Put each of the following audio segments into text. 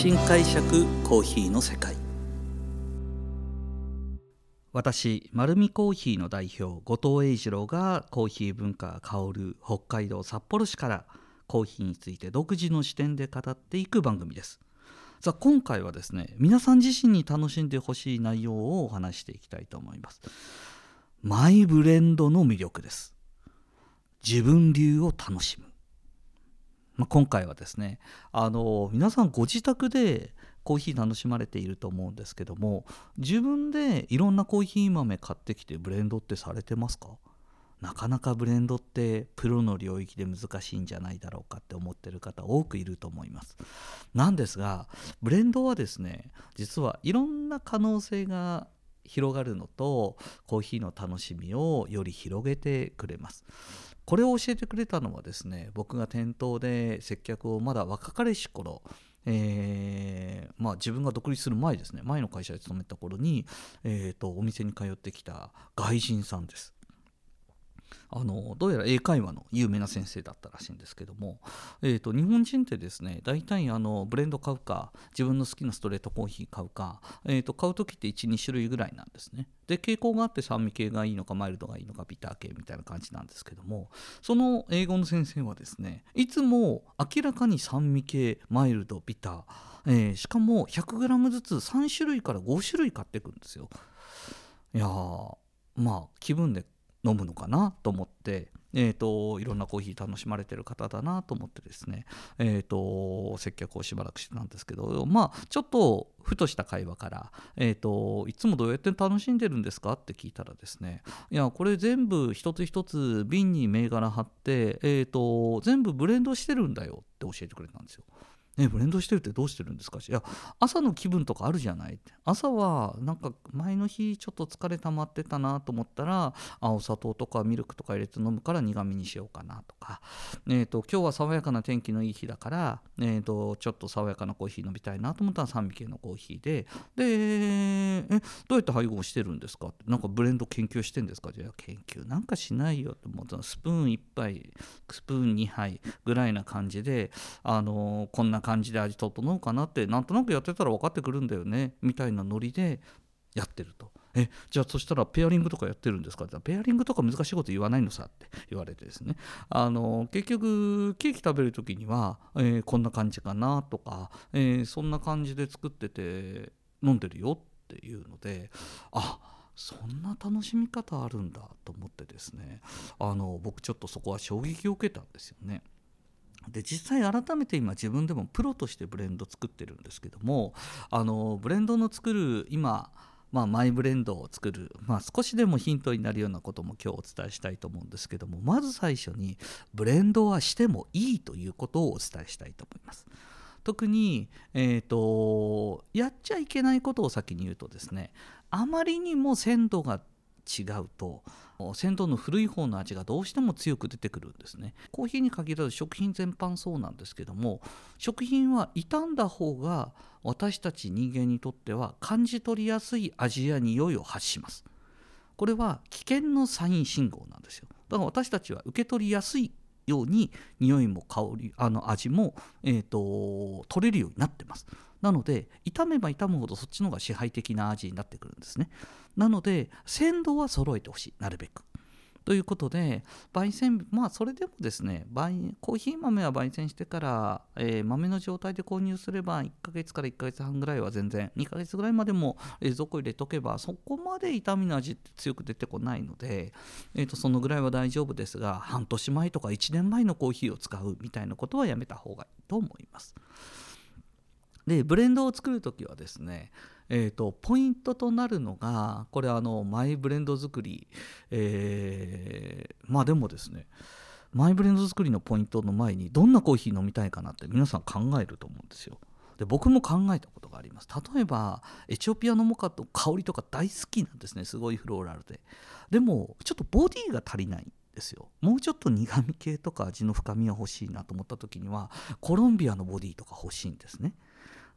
新解釈コーヒーの世界。私丸見コーヒーの代表後藤英二郎がコーヒー文化が香る北海道札幌市からコーヒーについて独自の視点で語っていく番組です。さあ今回はですね、皆さん自身に楽しんでほしい内容をお話していきたいと思います。マイブレンドの魅力です。自分流を楽しむ。今回はですね、皆さんご自宅でコーヒー楽しまれていると思うんですけども、自分でいろんなコーヒー豆買ってきてブレンドってされてますか？なかなかブレンドってプロの領域で難しいんじゃないだろうかって思ってる方多くいると思います。なんですが、ブレンドはですね、実はいろんな可能性が広がるのと、コーヒーの楽しみをより広げてくれます。これを教えてくれたのはですね、僕が店頭で接客をまだ若かりし頃、自分が独立する前ですね、前の会社で勤めた頃に、お店に通ってきた外人さんです。どうやら英会話の有名な先生だったらしいんですけども、日本人ってですね、大体ブレンド買うか自分の好きなストレートコーヒー買うか、買う時って 1,2 種類ぐらいなんですね。で傾向があって酸味系がいいのかマイルドがいいのかビター系みたいな感じなんですけども、その英語の先生はですね、いつも明らかに酸味系マイルドビター、しかも 100g ずつ3種類から5種類買っていくんですよ。いやー、気分で飲むのかなと思って、いろんなコーヒー楽しまれてる方だなと思ってですね、接客をしばらくしてたんですけど、ちょっとふとした会話から、いつもどうやって楽しんでるんですかって聞いたらですね、いやこれ全部一つ一つ瓶に銘柄貼って、全部ブレンドしてるんだよって教えてくれたんですよ。ブレンドしてるってどうしてるんですか？いや、朝の気分とかあるじゃないって。朝はなんか前の日ちょっと疲れ溜まってたなと思ったら、お砂糖とかミルクとか入れて飲むから苦味にしようかなとか、今日は爽やかな天気のいい日だから、ちょっと爽やかなコーヒー飲みたいなと思ったら酸味系のコーヒーで、どうやって配合してるんですかって、なんかブレンド研究してんですか？じゃあ研究なんかしないよって、もうスプーン1杯スプーン2杯ぐらいな感じで、こんな感じで味整うかなってなんとなくやってたら分かってくるんだよねみたいなノリでやってると。じゃあそしたらペアリングとかやってるんですかって、ペアリングとか難しいこと言わないのさって言われてですね、結局ケーキ食べる時には、こんな感じかなとか、そんな感じで作ってて飲んでるよっていうので、そんな楽しみ方あるんだと思ってですね、僕ちょっとそこは衝撃を受けたんですよね。で実際改めて今自分でもプロとしてブレンド作ってるんですけども、ブレンドの作る今、マイブレンドを作る、少しでもヒントになるようなことも今日お伝えしたいと思うんですけども、まず最初にブレンドはしてもいいということをお伝えしたいと思います。特に、やっちゃいけないことを先に言うとですね、あまりにも鮮度が違うと鮮度の古い方の味がどうしても強く出てくるんですね。コーヒーに限らず食品全般そうなんですけども、食品は傷んだ方が私たち人間にとっては感じ取りやすい味や匂いを発します。これは危険のサイン信号なんですよ。だから私たちは受け取りやすいように匂いも香り味も、取れるようになってます。なので傷めば傷むほどそっちの方が支配的な味になってくるんですね。なので鮮度は揃えてほしい、なるべく。ということで焙煎、それでもですね、コーヒー豆は焙煎してから、豆の状態で購入すれば1ヶ月から1ヶ月半ぐらいは全然、2ヶ月ぐらいまでも冷蔵庫入れとけばそこまで傷みの味って強く出てこないので、そのぐらいは大丈夫ですが、半年前とか1年前のコーヒーを使うみたいなことはやめた方がいいと思います。でブレンドを作るときはですね、ポイントとなるのが、これマイブレンド作り、でもですね、マイブレンド作りのポイントの前にどんなコーヒー飲みたいかなって皆さん考えると思うんですよ。で僕も考えたことがあります。例えばエチオピアのモカと香りとか大好きなんですね。すごいフローラルで。でもちょっとボディが足りないですよ。もうちょっと苦味系とか味の深みが欲しいなと思った時にはコロンビアのボディとか欲しいんですね。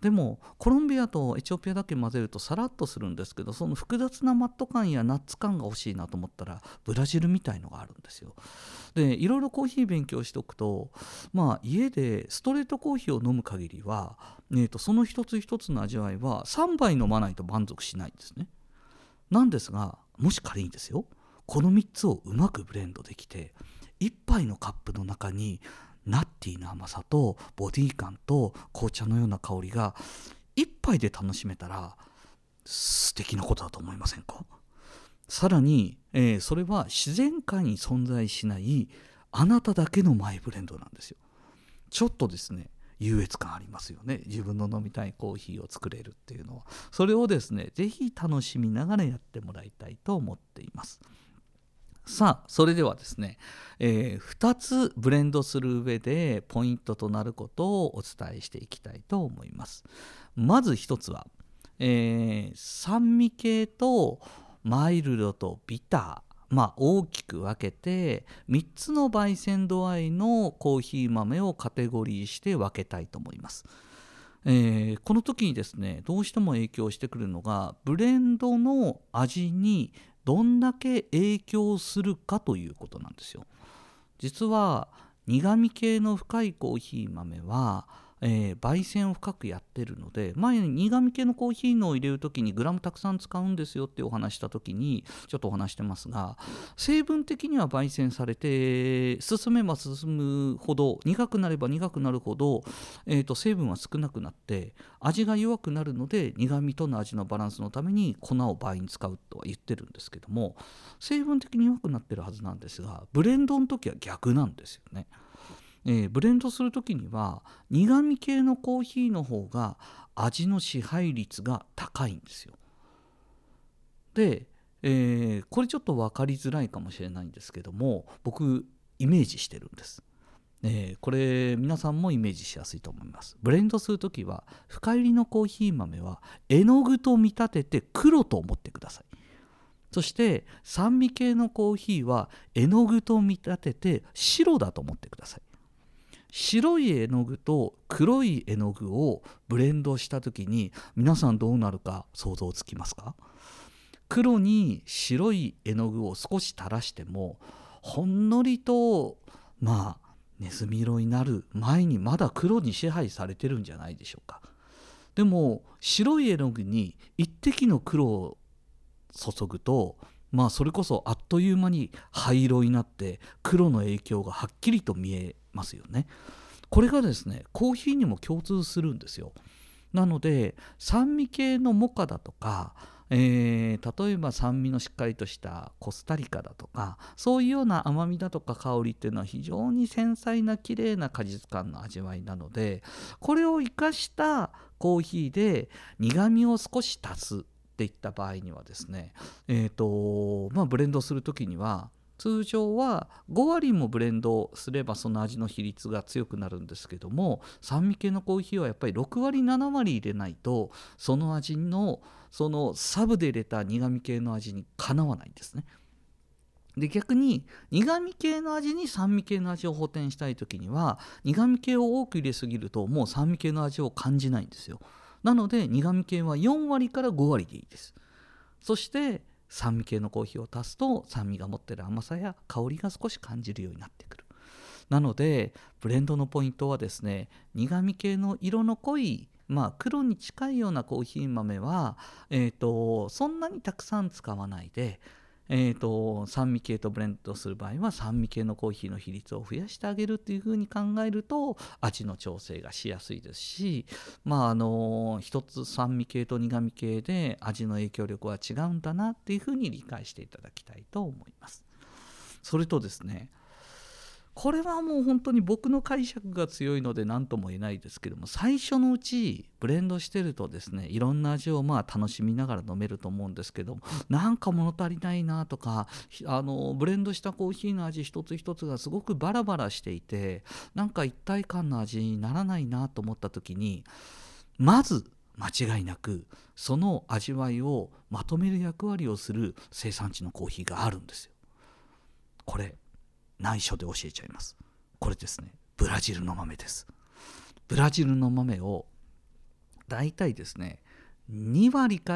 でもコロンビアとエチオピアだけ混ぜるとさらっとするんですけど、その複雑なマット感やナッツ感が欲しいなと思ったらブラジルみたいのがあるんですよ。でいろいろコーヒー勉強しておくと、家でストレートコーヒーを飲む限りは、その一つ一つの味わいは3杯飲まないと満足しないんですね。なんですが、もし仮にですよ、この3つをうまくブレンドできて1杯のカップの中にナッティーな甘さとボディ感と紅茶のような香りが1杯で楽しめたら素敵なことだと思いませんか？さらに、それは自然界に存在しないあなただけのマイブレンドなんですよ。ちょっとですね、優越感ありますよね。自分の飲みたいコーヒーを作れるっていうのは。それをですね、ぜひ楽しみながらやってもらいたいと思っています。さあ、それではですね、2つブレンドする上でポイントとなることをお伝えしていきたいと思います。まず1つは、酸味系とマイルドとビター、大きく分けて3つの焙煎度合いのコーヒー豆をカテゴリーして分けたいと思います。この時にですね、どうしても影響してくるのがブレンドの味にどんだけ影響するかということなんですよ。実は苦味系の深いコーヒー豆は、焙煎を深くやってるので、前に苦味系のコーヒーのを入れるときにグラムたくさん使うんですよってお話したときにちょっとお話してますが、成分的には焙煎されて進めば進むほど、苦くなれば苦くなるほど、成分は少なくなって味が弱くなるので、苦味との味のバランスのために粉を倍に使うとは言ってるんですけども、成分的に弱くなってるはずなんですが、ブレンドの時は逆なんですよね。ブレンドする時には苦味系のコーヒーの方が味の支配率が高いんですよ。で、これちょっと分かりづらいかもしれないんですけども、僕イメージしてるんです。これ皆さんもイメージしやすいと思います。ブレンドするときは深入りのコーヒー豆は絵の具と見立てて黒と思ってください。そして酸味系のコーヒーは絵の具と見立てて白だと思ってください。白い絵の具と黒い絵の具をブレンドした時に皆さんどうなるか想像つきますか？黒に白い絵の具を少し垂らしてもほんのりとネズミ色になる前にまだ黒に支配されてるんじゃないでしょうか。でも白い絵の具に一滴の黒を注ぐと、それこそあっという間に灰色になって黒の影響がはっきりと見えますよね。これがですね、コーヒーにも共通するんですよ。なので酸味系のモカだとか、例えば酸味のしっかりとしたコスタリカだとか、そういうような甘みだとか香りっていうのは非常に繊細な綺麗な果実感の味わいなので、これを生かしたコーヒーで苦味を少し足すっていった場合にはですね、ブレンドする時には通常は5割もブレンドすればその味の比率が強くなるんですけども、酸味系のコーヒーはやっぱり6割7割入れないとその味のそのサブで入れた苦味系の味にかなわないんですね。で逆に苦味系の味に酸味系の味を補填したい時には、苦味系を多く入れすぎるともう酸味系の味を感じないんですよ。なので苦味系は4割から5割でいいです。そして酸味系のコーヒーを足すと酸味が持っている甘さや香りが少し感じるようになってくる。なのでブレンドのポイントはですね、苦味系の色の濃い、黒に近いようなコーヒー豆は、そんなにたくさん使わないで、酸味系とブレンドする場合は酸味系のコーヒーの比率を増やしてあげるっていう風に考えると味の調整がしやすいですし、一つ酸味系と苦味系で味の影響力は違うんだなっていう風に理解していただきたいと思います。それとですね、これはもう本当に僕の解釈が強いので何とも言えないですけども、最初のうちブレンドしてるとですね、いろんな味を楽しみながら飲めると思うんですけども、なんか物足りないなとか、ブレンドしたコーヒーの味一つ一つがすごくバラバラしていて、なんか一体感の味にならないなと思った時に、まず間違いなくその味わいをまとめる役割をする生産地のコーヒーがあるんですよ。これ内緒で教えちゃいます。これですね、ブラジルの豆です。ブラジルの豆をだいたいですね2割から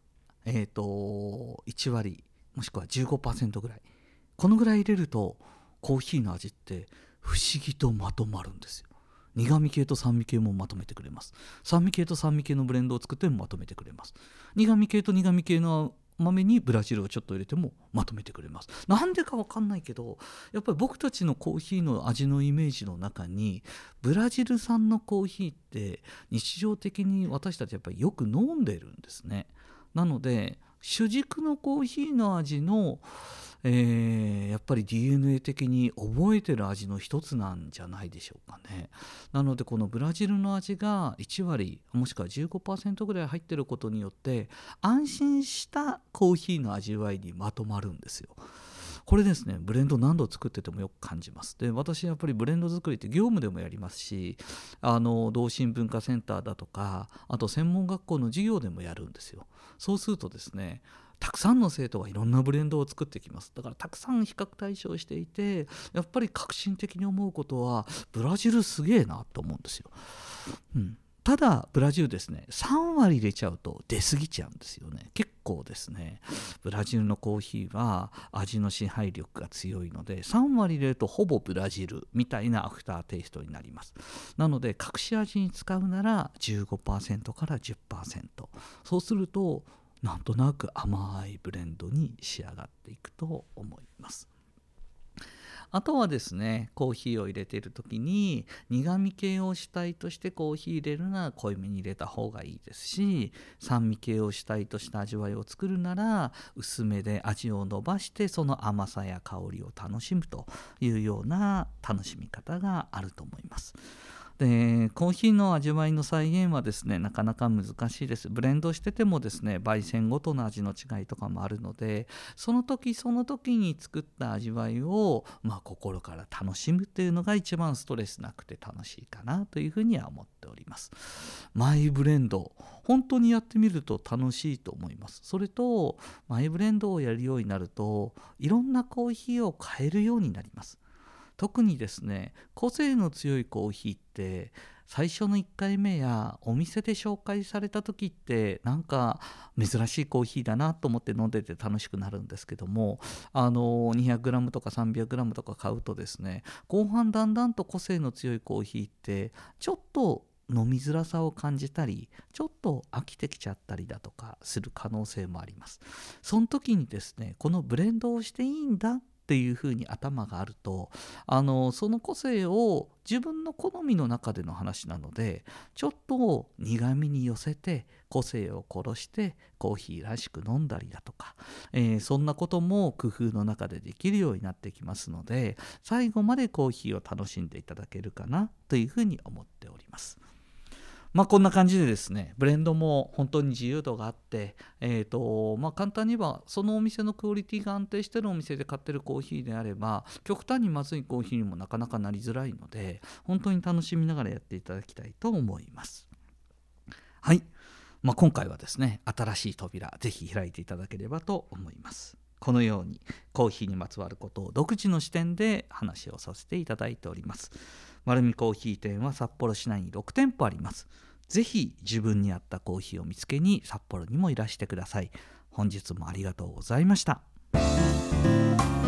、1割もしくは 15% ぐらい、このぐらい入れるとコーヒーの味って不思議とまとまるんですよ。苦味系と酸味系もまとめてくれます。酸味系と酸味系のブレンドを作ってもまとめてくれます。苦味系と苦味系の豆にブラジルをちょっと入れてもまとめてくれます。なんでかわかんないけど、やっぱり僕たちのコーヒーの味のイメージの中にブラジル産のコーヒーって日常的に私たちやっぱりよく飲んでるんですね。なので主軸のコーヒーの味の、やっぱり DNA 的に覚えてる味の一つなんじゃないでしょうかね。なのでこのブラジルの味が1割もしくは 15% ぐらい入ってることによって安心したコーヒーの味わいにまとまるんですよ。これですね、ブレンド何度作っててもよく感じます。で、私やっぱりブレンド作りって業務でもやりますし、同心文化センターだとか、あと専門学校の授業でもやるんですよ。そうするとですね、たくさんの生徒がいろんなブレンドを作ってきます。だからたくさん比較対象していて、やっぱり革新的に思うことはブラジルすげえなと思うんですよ。ただブラジルですね、3割入れちゃうと出過ぎちゃうんですよね。結構ですね、ブラジルのコーヒーは味の支配力が強いので、3割入れるとほぼブラジルみたいなアフターテイストになります。なので隠し味に使うなら 15% から 10%、 そうするとなんとなく甘いブレンドに仕上がっていくと思います。あとはですね、コーヒーを入れている時に苦味系を主体としてコーヒー入れるなら濃いめに入れた方がいいですし、酸味系を主体とした味わいを作るなら薄めで味を伸ばしてその甘さや香りを楽しむというような楽しみ方があると思います。で、コーヒーの味わいの再現はですね、なかなか難しいです。ブレンドしててもですね、焙煎ごとの味の違いとかもあるので、その時その時に作った味わいを、心から楽しむっていうのが一番ストレスなくて楽しいかなというふうには思っております。マイブレンド、本当にやってみると楽しいと思います。それとマイブレンドをやるようになると、いろんなコーヒーを変えるようになります。特にですね、個性の強いコーヒーって最初の1回目やお店で紹介された時ってなんか珍しいコーヒーだなと思って飲んでて楽しくなるんですけども、200g とか 300g とか買うとですね、後半だんだんと個性の強いコーヒーってちょっと飲みづらさを感じたり、ちょっと飽きてきちゃったりだとかする可能性もあります。その時にですね、このブレンドをしていいんだっていうふうに頭があると、その個性を自分の好みの中での話なので、ちょっと苦味に寄せて個性を殺してコーヒーらしく飲んだりだとか、そんなことも工夫の中でできるようになってきますので、最後までコーヒーを楽しんでいただけるかなというふうに思っております。こんな感じでですね、ブレンドも本当に自由度があって、簡単に言えばそのお店のクオリティが安定しているお店で買ってるコーヒーであれば、極端にまずいコーヒーにもなかなかなりづらいので、本当に楽しみながらやっていただきたいと思います。はい、今回はですね、新しい扉ぜひ開いていただければと思います。このようにコーヒーにまつわることを独自の視点で話をさせていただいております。丸見コーヒー店は札幌市内に6店舗あります。ぜひ自分に合ったコーヒーを見つけに札幌にもいらしてください。本日もありがとうございました。